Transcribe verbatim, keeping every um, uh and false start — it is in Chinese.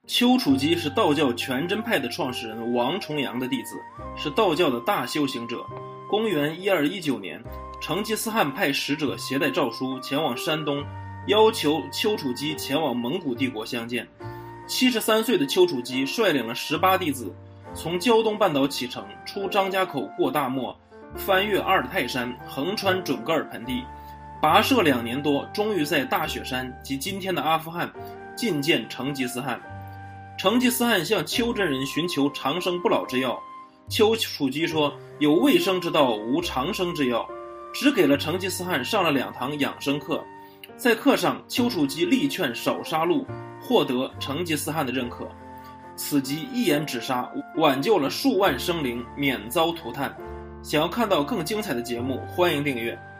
丘处机是道教全真派的创始人王重阳的弟子，是道教的大修行者。公元一二一九年，成吉思汗派使者携带诏书前往山东，要求丘处机前往蒙古帝国相见。七十三岁的丘处机率领了十八弟子，从胶东半岛启程，出张家口过大漠，翻越阿尔泰山，横穿准噶尔盆地，跋涉两年多，终于在大雪山及今天的阿富汗觐见成吉思汗。成吉思汗向丘真人寻求长生不老之药，丘处机说有未生之道，无长生之药，只给了成吉思汗上了两堂养生课。在课上，丘处机力劝少杀戮，获得成吉思汗的认可。此即一言止杀，挽救了数万生灵免遭涂炭。想要看到更精彩的节目，欢迎订阅。